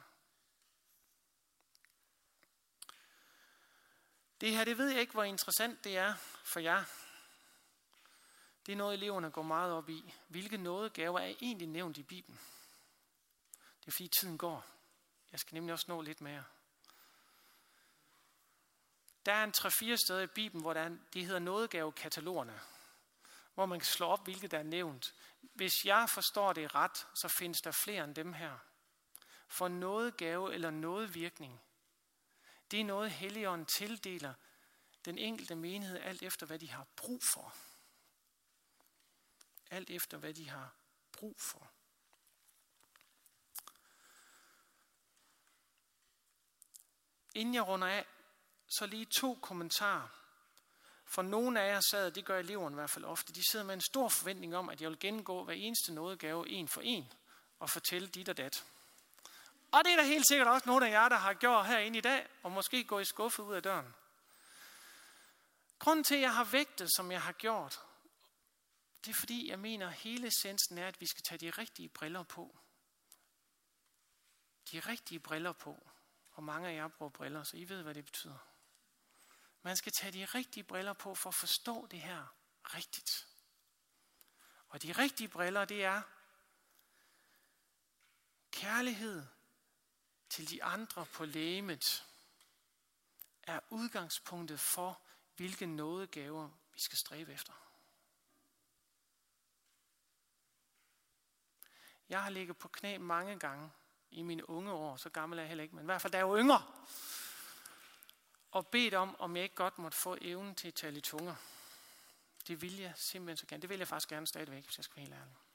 Det her, det ved jeg ikke, hvor interessant det er for jer. Det er noget, eleverne går meget op i. Hvilke nådegaver er egentlig nævnt i Bibelen? Det er fordi tiden går. Jeg skal nemlig også nå lidt mere. Der er en tre-fire steder i Bibelen, hvor der er, de hedder nådegavekatalogerne, hvor man kan slå op, hvilke der er nævnt. Hvis jeg forstår det ret, så findes der flere end dem her. For nådegave eller nådevirkning, det er noget, Helligånden tildeler den enkelte menighed, alt efter hvad de har brug for. Alt efter hvad de har brug for. Inden jeg runder af, så lige to kommentarer. For nogle af jer sad, det gør eleverne i hvert fald ofte, de sidder med en stor forventning om, at jeg vil gennemgå hver eneste nådegave en for en og fortælle dit og dat. Og det er der helt sikkert også nogle af jer, der har gjort herinde i dag, og måske gå i skuffe ud af døren. Grunden til, at jeg har vægtet, som jeg har gjort, det er fordi, jeg mener, at hele essensen er, at vi skal tage de rigtige briller på. De rigtige briller på. Og mange af jer bruger briller, så I ved, hvad det betyder. Man skal tage de rigtige briller på for at forstå det her rigtigt. Og de rigtige briller, det er kærlighed til de andre på legemet er udgangspunktet for, hvilke nådegaver vi skal stræbe efter. Jeg har ligget på knæ mange gange i mine unge år, så gammel er jeg heller ikke, men i hvert fald da jeg var yngre, og bedt om, om jeg ikke godt måtte få evnen til at tale i tunger. Det vil jeg simpelthen så gerne. Det vil jeg faktisk gerne stadigvæk, hvis jeg skal være helt ærlig.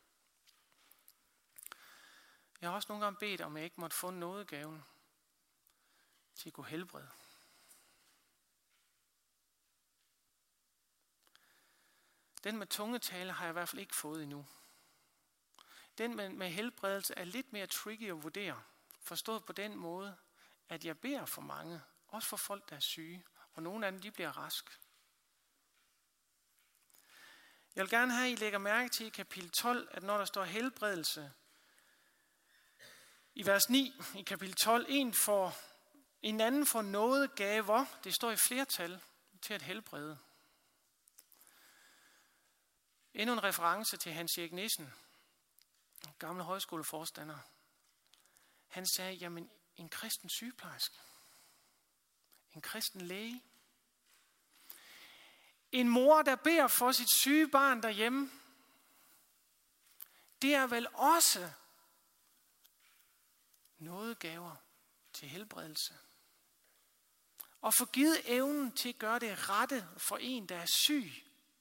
Jeg har også nogle gange bedt, om jeg ikke måtte få nådegaven til at gå helbred. Den med tungetale har jeg i hvert fald ikke fået endnu. Den med, med helbredelse er lidt mere tricky at vurdere. Forstået på den måde, at jeg beder for mange, også for folk, der er syge, og nogle af dem, de bliver rask. Jeg vil gerne have, at I lægger mærke til i kapitel tolv, at når der står helbredelse, i vers ni i kapitel tolv, en, for, en anden får nådegaver, det står i flertal, til at helbrede. Endnu en reference til Hans Erik Nissen, gamle højskoleforstander. Han sagde, jamen en kristen sygeplejerske, en kristen læge, en mor, der beder for sit syge barn derhjemme, det er vel også nådegaver til helbredelse. Og få givet evnen til at gøre det rette for en, der er syg.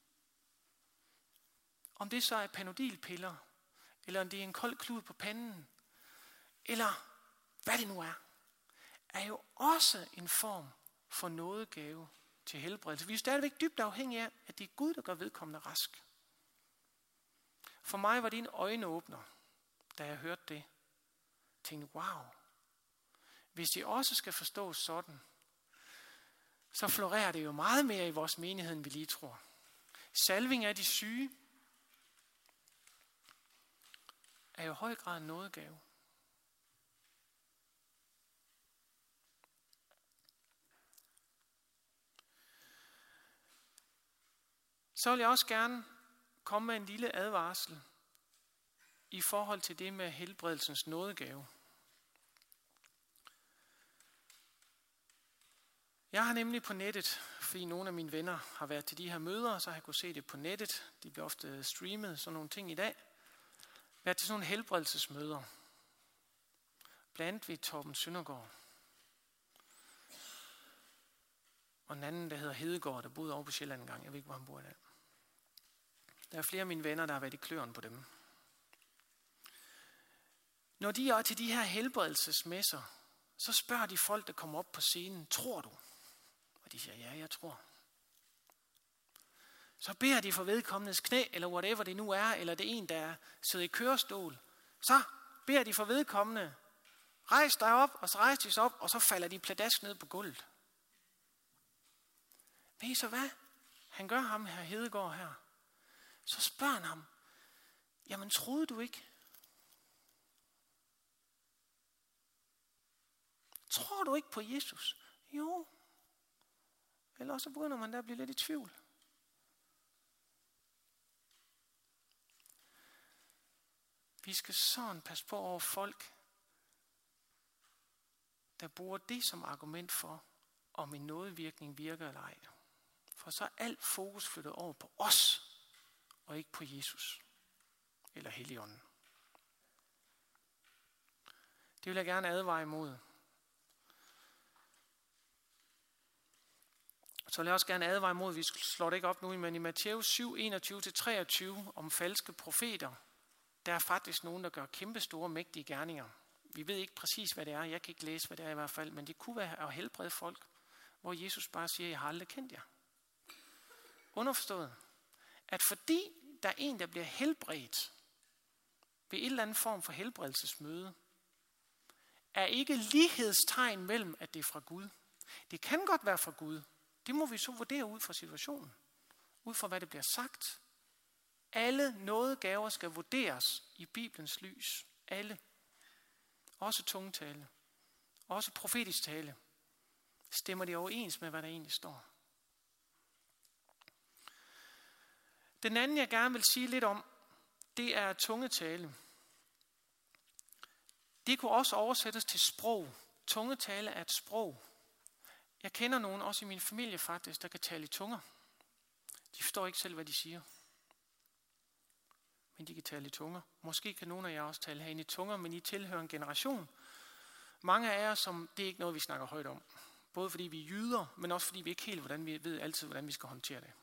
Om det så er panodilpiller, eller om det er en kold klud på panden, eller hvad det nu er, er jo også en form for nådegave til helbredelse. Vi er stadigvæk dybt afhængige af, at det er Gud, der gør vedkommende rask. For mig var det en øjenåbner, da jeg hørte det. Jeg tænkte, wow, hvis det også skal forstås sådan, så florerer det jo meget mere i vores menighed, end vi lige tror. Salving af de syge er jo i høj grad en nådegave. Så vil jeg også gerne komme med en lille advarsel i forhold til det med helbredelsens nådegave. Jeg har nemlig på nettet, fordi nogle af mine venner har været til de her møder, så har jeg kunnet se det på nettet. De bliver ofte streamet, sådan nogle ting i dag. været til sådan nogle helbredelsesmøder. Blandt andet ved Torben Søndergaard. Og en anden, der hedder Hedegaard, der boede over på Sjælland en gang. Jeg ved ikke, hvor han bor i dag. Der er flere af mine venner, der har været i kløeren på dem. Når de er til de her helbredelsesmesser, så spørger de folk, der kommer op på scenen, tror du? Og de siger, ja, jeg tror. Så beder de for vedkommendes knæ, eller whatever det nu er, eller det er en, der sidder i kørestol. Så beder de for vedkommende, rejs dig op, og så rejser de sig op, og så falder de pladask ned på gulvet. Ved I så hvad? Han gør ham her Hedegaard her. Så spørger han ham, jamen troede du ikke? Tror du ikke på Jesus? Jo. Eller så begynder man der at blive lidt i tvivl. Vi skal sådan passe på over folk, der bruger det som argument for, om en nådevirkning virker eller ej. For så er alt fokus flyttet over på os, og ikke på Jesus eller Helligånden. Det vil jeg gerne advare imod. Så vil jeg også gerne advare imod, vi slår det ikke op nu, men i Matthæus syv, enogtyve til treogtyve om falske profeter, der er faktisk nogen, der gør kæmpe store, mægtige gerninger. Vi ved ikke præcis, hvad det er. Jeg kan ikke læse, hvad det er i hvert fald, men det kunne være at helbrede folk, hvor Jesus bare siger, jeg har aldrig kendt jer. Underforstået, at fordi der er en, der bliver helbredt ved et eller andet form for helbredelsesmøde, er ikke lighedstegn mellem, at det er fra Gud. Det kan godt være fra Gud. Det må vi så vurdere ud fra situationen. Ud fra, hvad det bliver sagt. Alle nådegaver skal vurderes i Bibelens lys. Alle. Også tungetale. Også profetisk tale. Stemmer de overens med, hvad der egentlig står. Den anden, jeg gerne vil sige lidt om, det er tungetale. Det kunne også oversættes til sprog. Tungetale er et sprog. Jeg kender nogen, også i min familie faktisk, der kan tale i tunger. De forstår ikke selv, hvad de siger. Men de kan tale i tunger. Måske kan nogle af jer også tale herinde i tunger, men I tilhører en generation. Mange af jer, som det er ikke noget, vi snakker højt om. Både fordi vi er jyder, men også fordi vi ikke helt hvordan vi ved altid, hvordan vi skal håndtere det.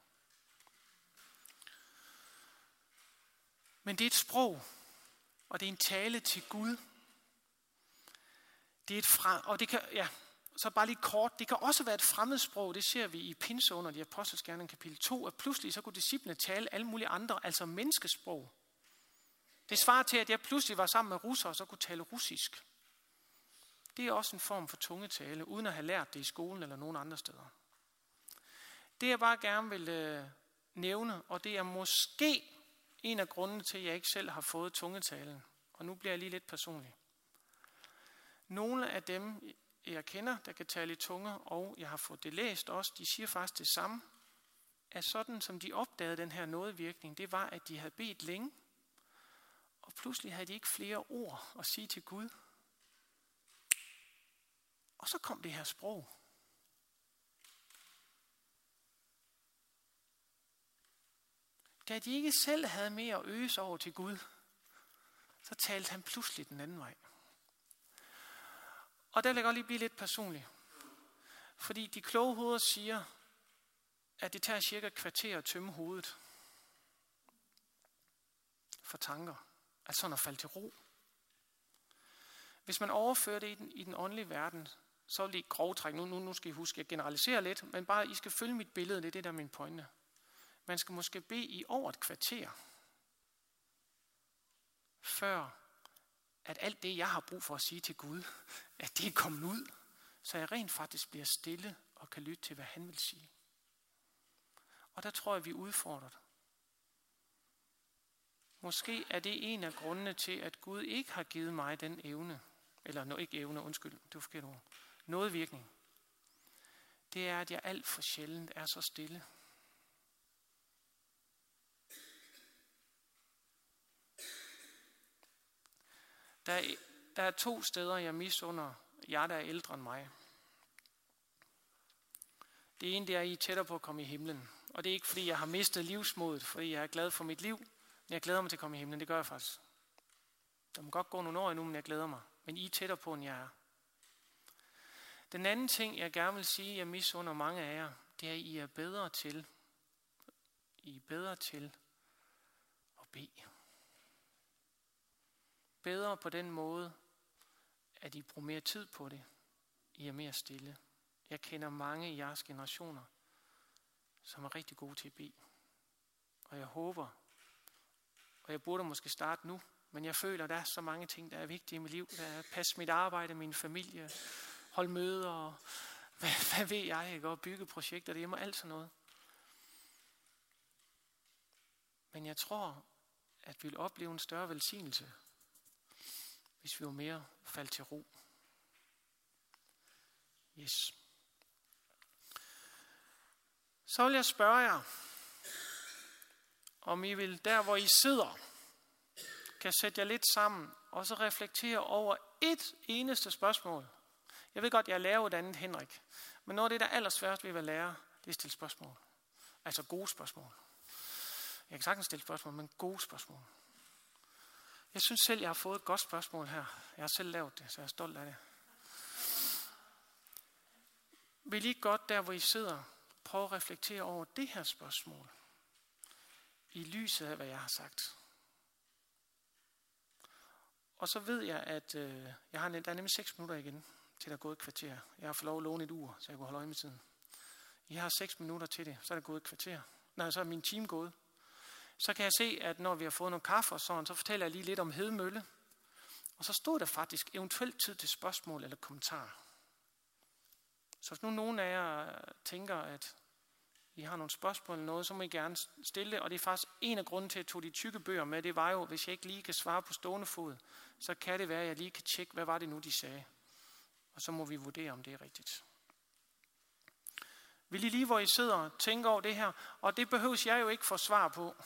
Men det er et sprog, og det er en tale til Gud. Det er et fra, og det kan, ja, så bare lige kort, det kan også være et fremmedsprog, det ser vi i Pinse under de Apostles Gerninger kapitel to, at pludselig så kunne disciplene tale alle mulige andre, altså menneskesprog. Det svarer til, at jeg pludselig var sammen med russere, og så kunne tale russisk. Det er også en form for tungetale, uden at have lært det i skolen eller nogen andre steder. Det jeg bare gerne vil øh, nævne, og det er måske en af grundene til, at jeg ikke selv har fået tungetalen. Og nu bliver jeg lige lidt personlig. Nogle af dem, jeg kender, der kan tale i tunger, og jeg har fået det læst også, de siger faktisk det samme, at sådan som de opdagede den her nådevirkning, det var, at de havde bedt længe, og pludselig havde de ikke flere ord at sige til Gud. Og så kom det her sprog. Da de ikke selv havde mere at øse over til Gud, så talte han pludselig den anden vej. Og der vil jeg godt lige blive lidt personlig. Fordi de kloge hoveder siger, at det tager cirka et kvarter at tømme hovedet for tanker. Altså sådan at falde til ro. Hvis man overfører det i den, i den åndelige verden, så vil det grove træk. Nu, nu, nu skal I huske, jeg generaliserer lidt, men bare I skal følge mit billede, det er det, der er min pointe. Man skal måske bede i over et kvarter, før at alt det, jeg har brug for at sige til Gud, at det er kommet ud, så jeg rent faktisk bliver stille og kan lytte til, hvad han vil sige. Og der tror jeg, vi er udfordret. Måske er det en af grundene til, at Gud ikke har givet mig den evne, eller no, ikke evne, undskyld, det var forkert ord, nådevirkning. Det er, at jeg alt for sjældent er så stille. Der er, der er to steder, jeg misunder jer, der er ældre end mig. Det ene, det er, at I er tættere på at komme i himlen. Og det er ikke, fordi jeg har mistet livsmodet, fordi jeg er glad for mit liv. Men jeg glæder mig til at komme i himlen, det gør jeg faktisk. Der må godt gå nogle år endnu, men jeg glæder mig. Men I er tættere på, end jeg er. Den anden ting, jeg gerne vil sige, jeg misunder mange af jer, det er, at I er bedre til. I er bedre til at bede. Bedre på den måde, at I bruger mere tid på det. I er mere stille. Jeg kender mange i jeres generationer, som er rigtig gode til at bede. Og jeg håber, og jeg burde måske starte nu, men jeg føler, at der er så mange ting, der er vigtige i mit liv. Der er at passe mit arbejde, min familie, holde møder, og hvad, hvad ved jeg, ikke? Og bygge projekter derhjemme og alt sådan noget. Men jeg tror, at vi vil opleve en større velsignelse, hvis vi var mere faldt til ro. Yes. Så vil jeg spørge jer, om I vil der, hvor I sidder, kan sætte jer lidt sammen, og så reflektere over et eneste spørgsmål. Jeg ved godt, jeg er læreruddannet Henrik, men noget af det, der er allersværest ved at være lærer, det er at stille spørgsmål. Altså gode spørgsmål. Jeg kan sagtens stille spørgsmål, men gode spørgsmål. Jeg synes selv, jeg har fået et godt spørgsmål her. Jeg har selv lavet det, så jeg er stolt af det. Vil I godt der, hvor I sidder, prøve at reflektere over det her spørgsmål, i lyset af, hvad jeg har sagt? Og så ved jeg, at øh, jeg har, der er nemlig seks minutter igen, til der er gået et kvarter. Jeg har fået lov at låne et ur, så jeg kunne holde øje med tiden. I har seks minutter til det, så er det gået et kvarter. Nej, så er min time gået. Så kan jeg se, at når vi har fået noget kaffe og sådan, så fortæller jeg lige lidt om Hedemølle. Og så stod der faktisk eventuelt tid til spørgsmål eller kommentarer. Så hvis nu nogen af jer tænker, at I har nogle spørgsmål eller noget, så må I gerne stille det. Og det er faktisk en af grunden til, at jeg tog de tykke bøger med. Det var jo, hvis jeg ikke lige kan svare på stående fod, så kan det være, at jeg lige kan tjekke, hvad var det nu, de sagde. Og så må vi vurdere, om det er rigtigt. Vil I lige, hvor I sidder, tænke over det her? Og det behøves jeg jo ikke få svar på.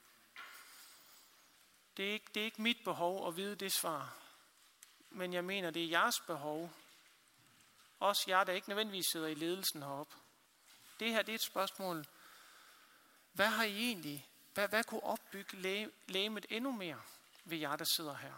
Det er ikke, det er ikke mit behov at vide det svar. Men jeg mener, det er jeres behov. Også jer, der ikke nødvendigvis sidder i ledelsen heroppe. Det her, det er et spørgsmål. Hvad har I egentlig? Hvad, hvad kunne opbygge læ, lægemet endnu mere ved jer, der sidder her?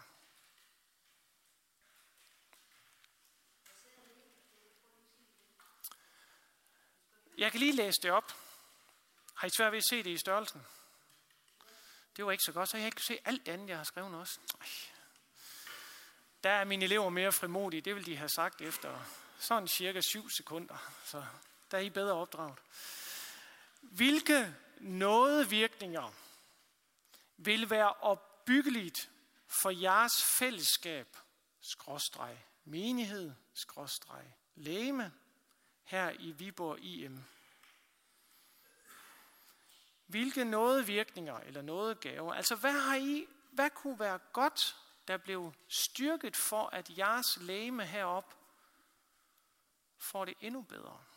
Jeg kan lige læse det op. Har I svært ved at se det i størrelsen? Det var ikke så godt, så jeg ikke se alt andet, jeg har skrevet også. Der er mine elever mere frimodige, det vil de have sagt efter sådan cirka syv sekunder. Så der er I bedre opdraget. Hvilke nådevirkninger vil være opbyggeligt for jeres fællesskab, skråstreg menighed, skråstreg lægeme, her i Viborg I M? Hvilke nådevirkninger eller nådegaver? Altså hvad har I, hvad kunne være godt, der blev styrket for, at jeres lægeme heroppe får det endnu bedre?